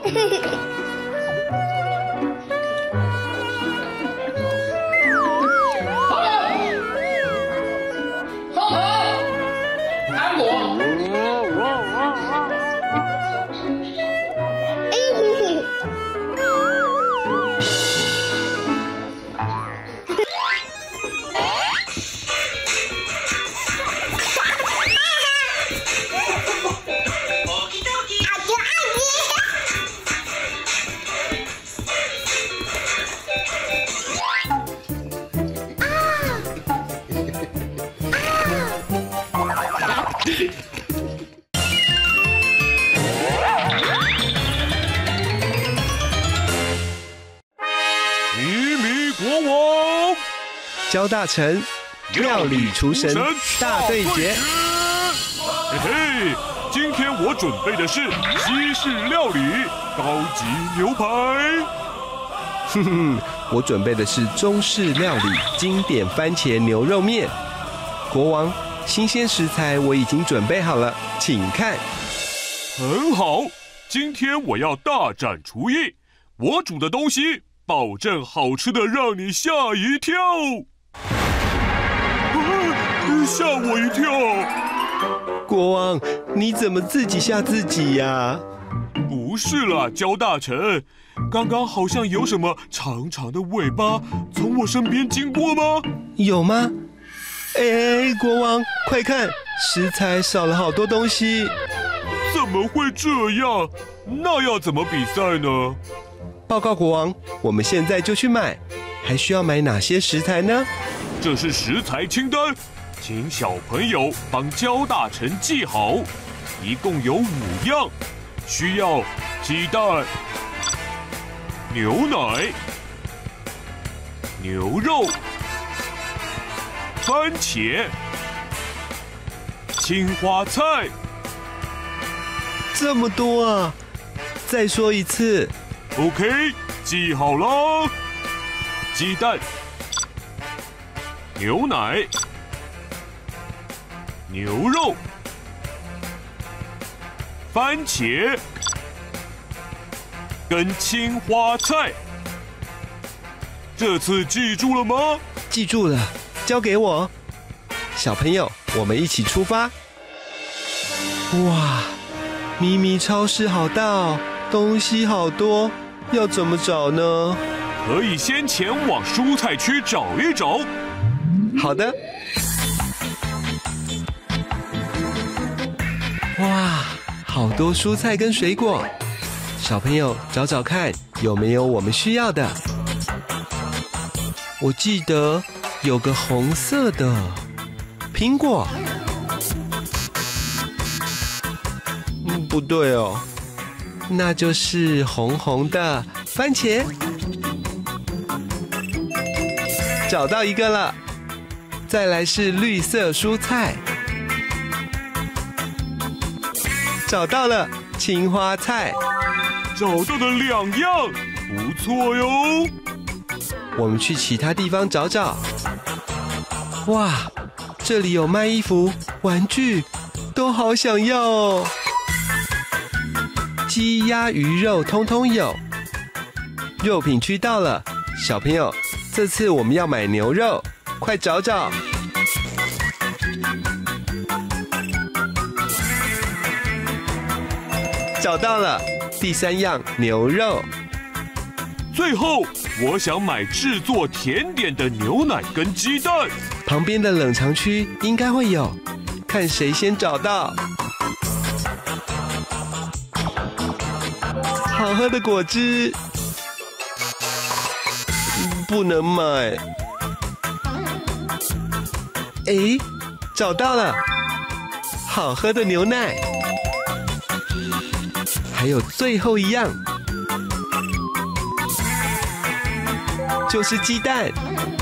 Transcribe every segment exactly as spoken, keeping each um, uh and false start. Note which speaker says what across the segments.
Speaker 1: 焦大成，料理厨神大对决。
Speaker 2: 嘿嘿，今天我准备的是西式料理高级牛排。
Speaker 1: 哼哼，我准备的是中式料理经典番茄牛肉面。国王，新鲜食材我已经准备好了，请看。
Speaker 2: 很好，今天我要大展厨艺，我煮的东西保证好吃的让你吓一跳。吓我一跳！
Speaker 1: 国王，你怎么自己吓自己呀？
Speaker 2: 不是啦，焦大成，刚刚好像有什么长长的尾巴从我身边经过吗？
Speaker 1: 有吗？哎，国王，快看，食材少了好多东西。
Speaker 2: 怎么会这样？那要怎么比赛呢？
Speaker 1: 报告国王，我们现在就去买。还需要买哪些食材呢？
Speaker 2: 这是食材清单。请小朋友帮焦大成记好，一共有五样，需要鸡蛋、牛奶、牛肉、番茄、青花菜。
Speaker 1: 这么多啊！再说一次。
Speaker 2: OK， 记好了。鸡蛋、牛奶。牛肉、番茄跟青花菜，这次记住了吗？
Speaker 1: 记住了，交给我。小朋友，我们一起出发。哇，咪咪超市好大哦，东西好多，要怎么找呢？
Speaker 2: 可以先前往蔬菜区找一找。
Speaker 1: 好的。哇，好多蔬菜跟水果，小朋友找找看有没有我们需要的。我记得有个红色的苹果，嗯，不对哦，那就是红红的番茄。找到一个了，再来是绿色蔬菜。找到了青花菜，
Speaker 2: 找到了两样，不错哟。
Speaker 1: 我们去其他地方找找。哇，这里有卖衣服、玩具，都好想要哦。鸡、鸭、鱼肉通通有。肉品区到了，小朋友，这次我们要买牛肉，快找找。找到了，第三样牛肉。
Speaker 2: 最后，我想买制作甜点的牛奶跟鸡蛋。
Speaker 1: 旁边的冷藏区应该会有，看谁先找到。好喝的果汁，不能买。哎，找到了，好喝的牛奶。还有最后一样，就是鸡蛋。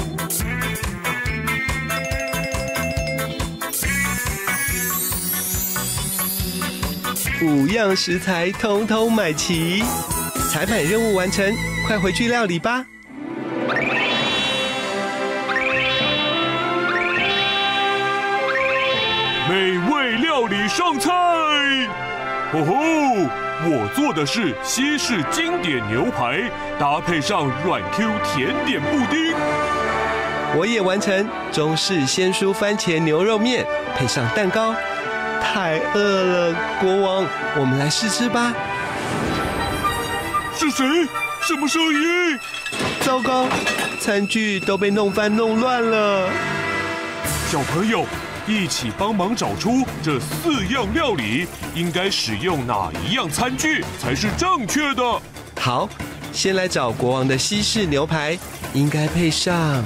Speaker 1: 五样食材通通买齐，采买任务完成，快回去料理吧。
Speaker 2: 美味料理上菜。 哦吼！我做的是西式经典牛排，搭配上软 Q 甜点布丁。
Speaker 1: 我也完成中式鲜蔬番茄牛肉面，配上蛋糕。太饿了，国王，我们来试吃吧。
Speaker 2: 是谁？什么声音？
Speaker 1: 糟糕，餐具都被弄翻弄乱了。
Speaker 2: 小朋友，一起帮忙找出这四样料理应该使用哪一样餐具才是正确的。
Speaker 1: 好，先来找国王的西式牛排，应该配上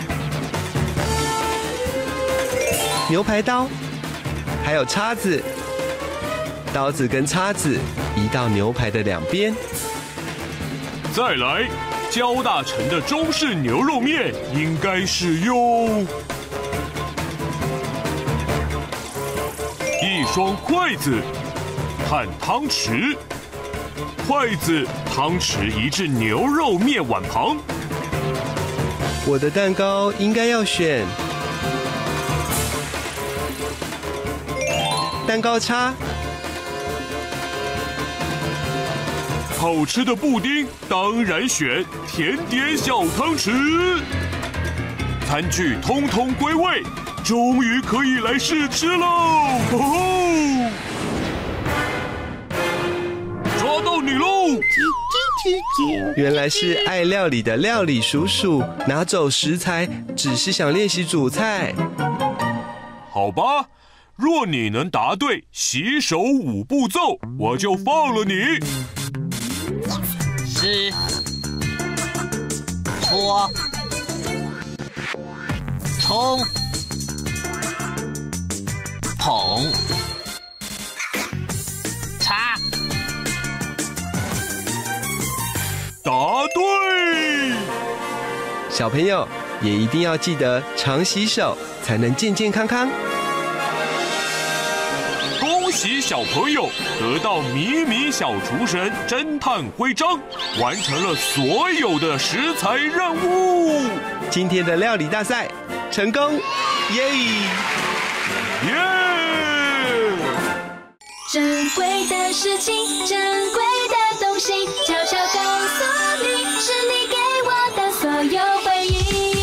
Speaker 1: 牛排刀，还有叉子。刀子跟叉子移到牛排的两边。
Speaker 2: 再来，焦大成的中式牛肉面应该使用一双筷子和汤匙，筷子、汤匙移至牛肉面碗旁。
Speaker 1: 我的蛋糕应该要选蛋糕叉。
Speaker 2: 好吃的布丁当然选甜点小汤匙。餐具通通归位，终于可以来试吃喽！哦，抓到你喽！
Speaker 1: 原来是爱料理的料理叔叔拿走食材，只是想练习煮菜。
Speaker 2: 好吧，若你能答对洗手五步骤，我就放了你。
Speaker 3: 湿、搓、冲、捧、擦。
Speaker 2: 答对！
Speaker 1: 小朋友也一定要记得常洗手，才能健健康康。
Speaker 2: 恭喜小朋友得到米米小厨神侦探徽章，完成了所有的食材任务。
Speaker 1: 今天的料理大赛成功，耶！
Speaker 2: 耶！
Speaker 4: 珍贵的事情，珍贵的东西，悄悄告诉你，是你给我的所有回忆。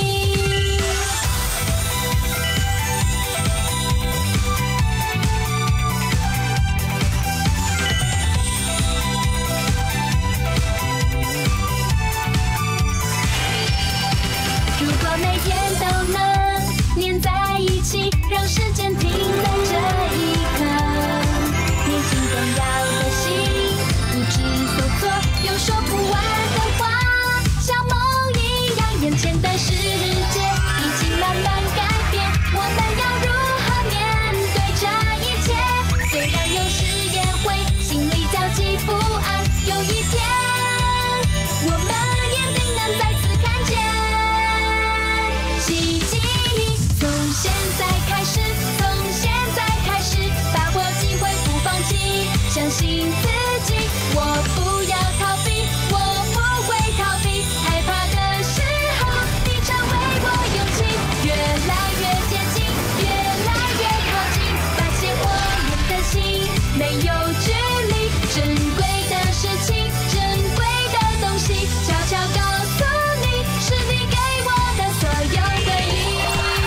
Speaker 4: 如果每天都能黏在一起，让时间停在这一刻，年轻动摇的心，不知所措，有说不完的话，像梦一样，眼前的世界已经慢慢改变，我们要如何面对这一切？虽然有时也会心里焦急不安，有一天我们一定能再次看见奇迹。从现在开始，从现在开始，把握机会不放弃，相信自己，我不要逃避，我不会逃避，害怕的时候，你成为我勇气，越来越接近，越来越靠近，发现我们的心没有距离，珍贵的事情，珍贵的东西，悄悄告诉你，是你给我的所有回忆。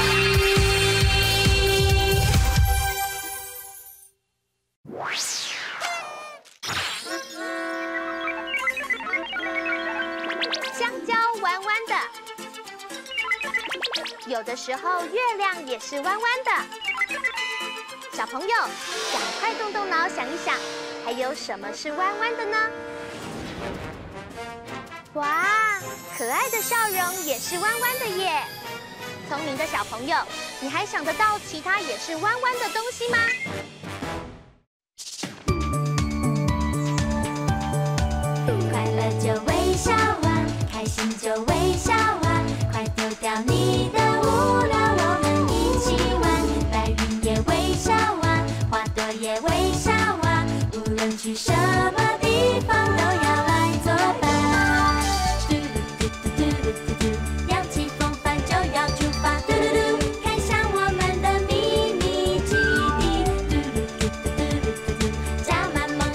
Speaker 5: 香蕉弯弯的，有的时候月亮也是弯弯的。小朋友，赶快动动脑想一想，还有什么是弯弯的呢？哇，可爱的笑容也是弯弯的耶！聪明的小朋友，你还想得到其他也是弯弯的东西吗？
Speaker 4: 快乐就微笑啊，开心就微笑啊，快丢掉你的无聊，我们一起玩。白云也微笑啊，花朵也微笑啊，无论去什么地方都要来作伴。嘟嘟嘟嘟嘟嘟嘟，扬起风帆就要出发。嘟嘟嘟，开向我们的秘密基地。嘟嘟嘟嘟嘟嘟嘟，加满梦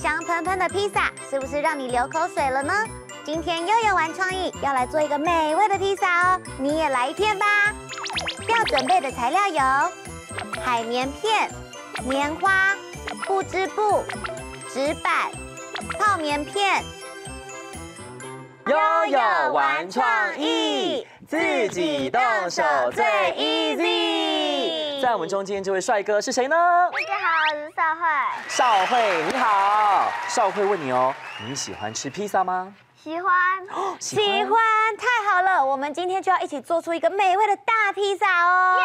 Speaker 5: 香喷喷的披萨，是不是让你流口水了呢？今天悠悠玩创意要来做一个美味的披萨哦，你也来一片吧！要准备的材料有海绵片、棉花、布织布、纸板、泡棉片。
Speaker 6: 悠悠玩创意，自己动手最 easy。在我们中间这位帅哥是谁呢？
Speaker 5: 大家好，我是少慧。
Speaker 6: 少慧你好，少慧问你哦，你喜欢吃披萨吗？
Speaker 5: 喜欢，
Speaker 6: 喜
Speaker 5: 喜欢，太好了！我们今天就要一起做出一个美味的大披萨哦。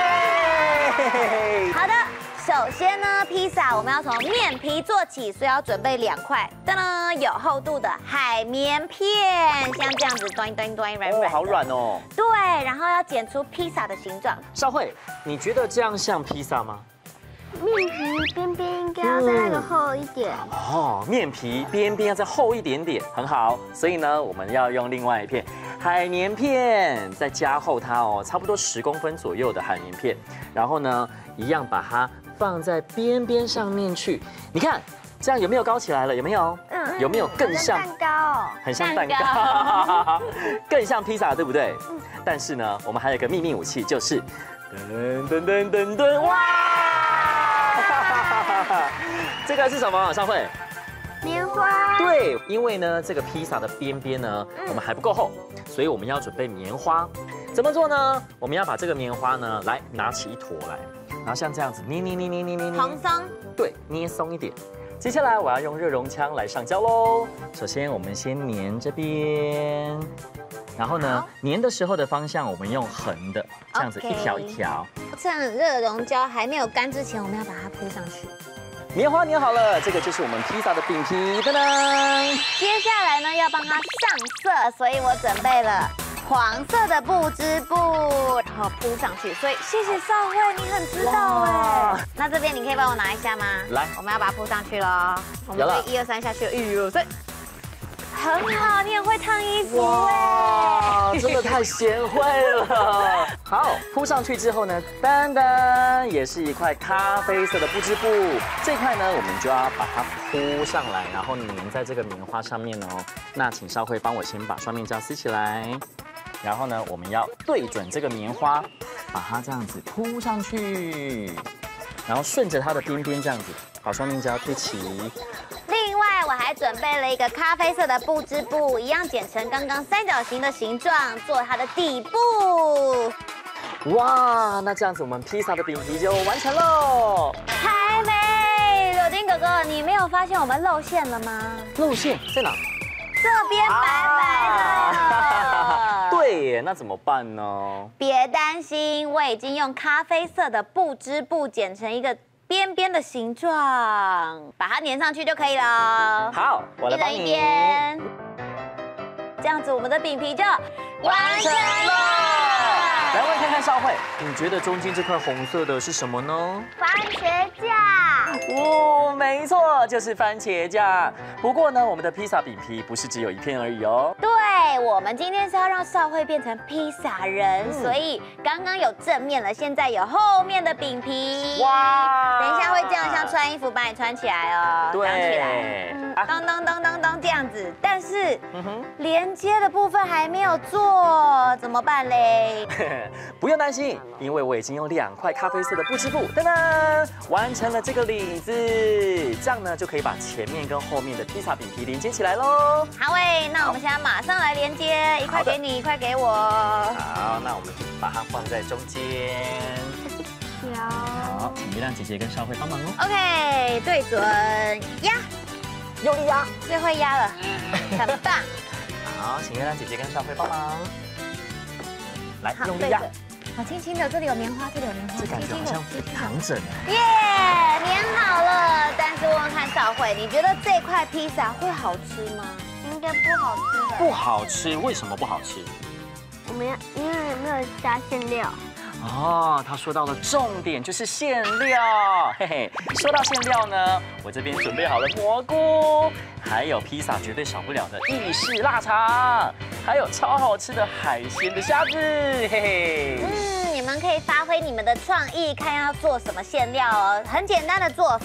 Speaker 6: 耶！
Speaker 5: 好的。首先呢，披萨我们要从面皮做起，所以要准备两块，当当，有厚度的海绵片，像这样子，端端端软软。
Speaker 6: 哦，好软哦。
Speaker 5: 对，然后要剪出披萨的形状。
Speaker 6: 少慧，你觉得这样像披萨吗？
Speaker 5: 面皮边边应该要再那个厚一点。
Speaker 6: 哦，面皮边边要再厚一点点，很好。所以呢，我们要用另外一片海绵片，再加厚它哦，差不多十公分左右的海绵片，然后呢，一样把它放在边边上面去。你看，这样有没有高起来了？有没有？嗯，有没有更像
Speaker 5: 蛋糕哦？
Speaker 6: 很像蛋糕，更像披萨，对不对？嗯。但是呢，我们还有一个秘密武器，就是噔噔噔噔噔，哇！这个是什么？少慧？
Speaker 5: 棉花。
Speaker 6: 对，因为呢，这个披萨的边边呢，我们还不够厚，所以我们要准备棉花。怎么做呢？我们要把这个棉花呢，来拿起一坨来，然后像这样子捏捏捏捏捏捏捏，
Speaker 5: 蓬松。
Speaker 6: 对，捏松一点。接下来我要用热熔枪来上胶喽。首先我们先粘这边，然后呢，粘的时候的方向我们用横的，这样子一条一条。
Speaker 5: 趁热熔胶还没有干之前，我们要把它铺上去。
Speaker 6: 棉花粘好了，这个就是我们披萨的饼皮，噔噔。
Speaker 5: 接下来呢，要帮它上色，所以我准备了黄色的布织布，然后铺上去。所以谢谢少慧，你很知道哎。那这边你可以帮我拿一下吗？
Speaker 6: 来，
Speaker 5: 我们要把它铺上去喽。我们可以一二三下去了，一二三。很好，你很会烫衣服哎，
Speaker 6: 真的太贤惠了。好，铺上去之后呢，噔噔，也是一块咖啡色的布织布。这块呢，我们就要把它铺上来，然后粘在这个棉花上面哦。那请少慧帮我先把双面胶撕起来，然后呢，我们要对准这个棉花，把它这样子铺上去，然后顺着它的边边这样子，把双面胶贴齐。
Speaker 5: 另外，我还准备了一个咖啡色的布织布，一样剪成刚刚三角形的形状，做它的底部。
Speaker 6: 哇，那这样子我们披萨的饼皮就完成喽。
Speaker 5: 还没，柳丁哥哥，你没有发现我们露馅了吗？
Speaker 6: 露馅在哪？
Speaker 5: 这边白白的。
Speaker 6: 啊、对耶，那怎么办呢？
Speaker 5: 别担心，我已经用咖啡色的布织布剪成一个边边的形状，把它粘上去就可以了。
Speaker 6: 好，我来帮你。
Speaker 5: 一人一边，这样子我们的饼皮就完成了。
Speaker 6: 来问看看少慧，你觉得中间这块红色的是什么呢？
Speaker 5: 番茄酱。
Speaker 6: 哦，没错，就是番茄酱。不过呢，我们的披萨饼皮不是只有一片而已哦。
Speaker 5: 对，我们今天是要让少慧变成披萨人，嗯、所以刚刚有正面了，现在有后面的饼皮。哇！等一下会这样像穿衣服把你穿起来哦，
Speaker 6: 对，
Speaker 5: 绑起来，嗯，当当当当当这样子。但是，嗯哼，连接的部分还没有做，怎么办嘞？
Speaker 6: 不用担心，因为我已经用两块咖啡色的布织布，噔噔，完成了这个领子，这样呢就可以把前面跟后面的披萨饼皮连接起来喽。
Speaker 5: 好诶，那我们现在马上来连接，一块给你，一块给我。
Speaker 6: 好，那我们就把它放在中间。好，请月亮姐姐跟少慧帮忙哦。
Speaker 5: OK， 对准压，
Speaker 6: 用力压，
Speaker 5: 最会压了，很棒。
Speaker 6: 好，请月亮姐姐跟少慧帮忙。来，用力压。
Speaker 5: 好轻轻的，这里有棉花，这里有棉花，
Speaker 6: 这感觉好像糖枕。
Speaker 5: 耶，粘好了。但是问问看少慧，你觉得这块披萨会好吃吗？应该不好吃吧？
Speaker 6: 不好吃，为什么不好吃？
Speaker 5: 我们因为没有加馅料。
Speaker 6: 哦，他说到了重点，就是馅料。嘿嘿，说到馅料呢，我这边准备好了蘑菇，还有披萨绝对少不了的意式腊肠，还有超好吃的海鲜的虾子。嘿嘿。嗯，
Speaker 5: 你们可以发挥你们的创意，看要做什么馅料哦。很简单的做法，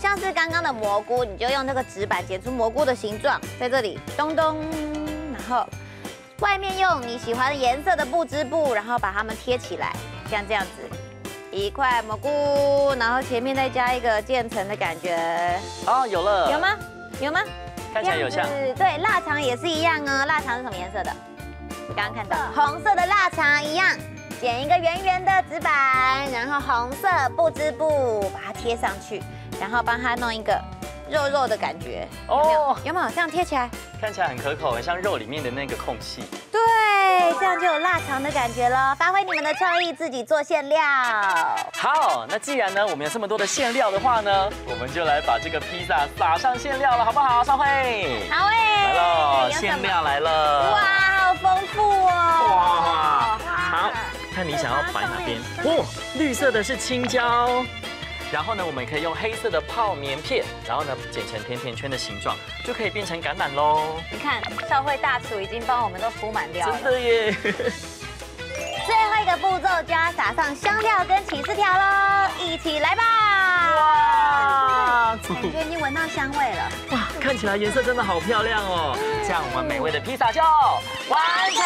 Speaker 5: 像是刚刚的蘑菇，你就用那个纸板剪出蘑菇的形状，在这里咚咚，然后外面用你喜欢的颜色的布织布，然后把它们贴起来，像这样子。 一块蘑菇，然后前面再加一个渐层的感觉。
Speaker 6: 哦，有了。
Speaker 5: 有吗？有吗？
Speaker 6: 看起来有像。
Speaker 5: 对，腊肠也是一样哦。腊肠是什么颜色的？你刚刚看到红色的腊肠一样，剪一个圆圆的纸板，然后红色布织布把它贴上去，然后帮它弄一个肉肉的感觉。有没有？有没有？这样贴起来，
Speaker 6: 看起来很可口，很像肉里面的那个空隙。
Speaker 5: 对，这样就有腊肠的感觉了。发挥你们的创意，自己做馅料。
Speaker 6: 好，那既然呢我们有这么多的馅料的话呢，我们就来把这个披萨撒上馅料了，好不好？少慧。
Speaker 5: 好诶。
Speaker 6: 来喽，馅料来了。
Speaker 5: 哇，好丰富哦。
Speaker 6: 哇，好，看你想要摆哪边。哦，绿色的是青椒。 然后呢，我们可以用黑色的泡棉片，然后呢剪成甜甜圈的形状，就可以变成橄榄喽。
Speaker 5: 你看，少慧大厨已经帮我们都铺满掉了。
Speaker 6: 真的耶！
Speaker 5: 最后一个步骤就要撒上香料跟起司条喽，一起来吧！哇，感觉已经闻到香味了。
Speaker 6: 哇，看起来颜色真的好漂亮哦！这样我们美味的披萨就完成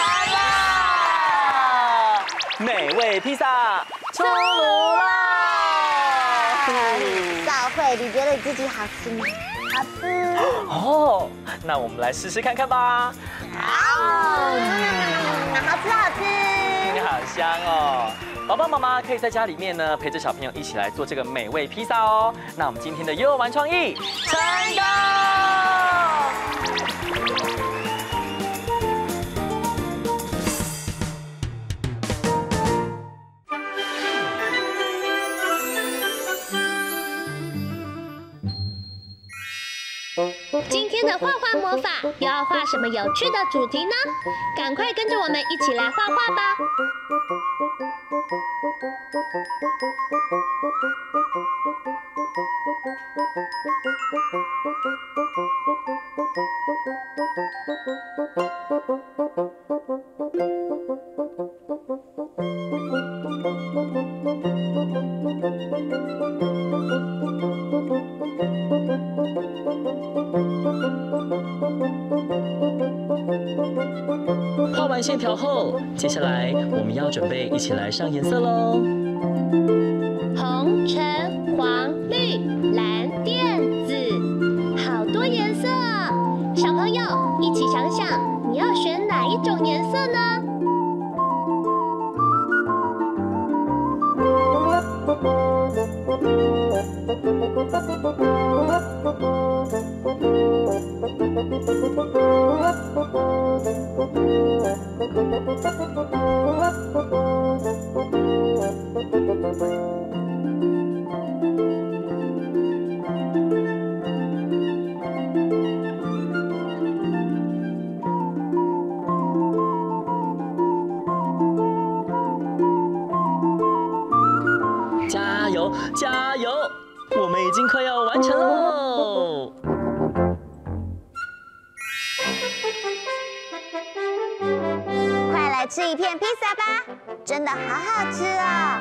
Speaker 6: 了，美味披萨出炉啦！
Speaker 5: 少慧，你觉得你自己好吃吗？好吃
Speaker 6: 哦，那我们来试试看看吧。
Speaker 5: 好，嗯，好吃好吃，
Speaker 6: 好香哦！宝宝妈妈可以在家里面呢陪着小朋友一起来做这个美味披萨哦。那我们今天的悠悠玩创意成功！
Speaker 4: 今天的画画魔法又要画什么有趣的主题呢？赶快跟着我们一起来画画吧！
Speaker 6: 画完线条后，接下来我们要准备一起来上颜色喽。
Speaker 4: 红、橙、黄、绿、蓝、靛、紫，好多颜色啊！小朋友一起想想，你要选哪一种颜色呢？
Speaker 6: 加油，加油！我们已经快要完成喽！
Speaker 5: 快来吃一片披萨吧，真的好好吃哦！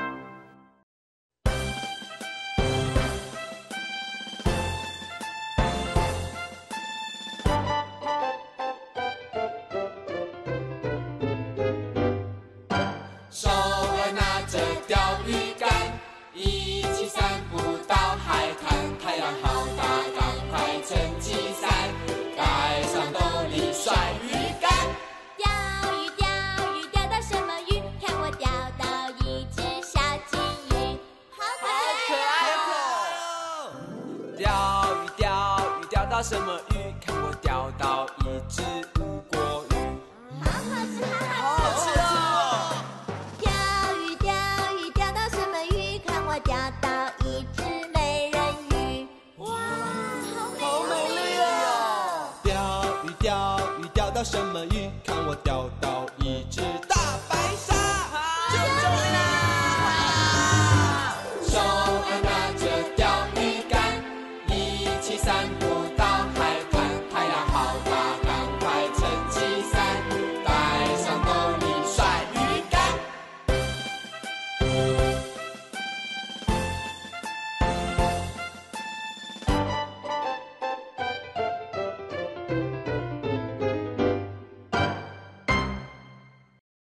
Speaker 7: 手儿拿着钓鱼竿，一起散步到海滩。太阳好大，赶快撑起伞，盖上斗笠甩鱼竿。
Speaker 4: 钓鱼钓鱼钓到什么鱼？看我钓到一只小金鱼，好可爱
Speaker 7: 哦！钓鱼钓鱼钓到什么鱼？看我钓到一只无国鱼，
Speaker 4: 好好吃，好
Speaker 7: 好好吃哦！
Speaker 4: 钓鱼钓鱼钓到什么鱼？看我钓到一只美人鱼，哇，好美丽哦！
Speaker 7: 钓鱼钓鱼钓到什么鱼？看我钓到一只大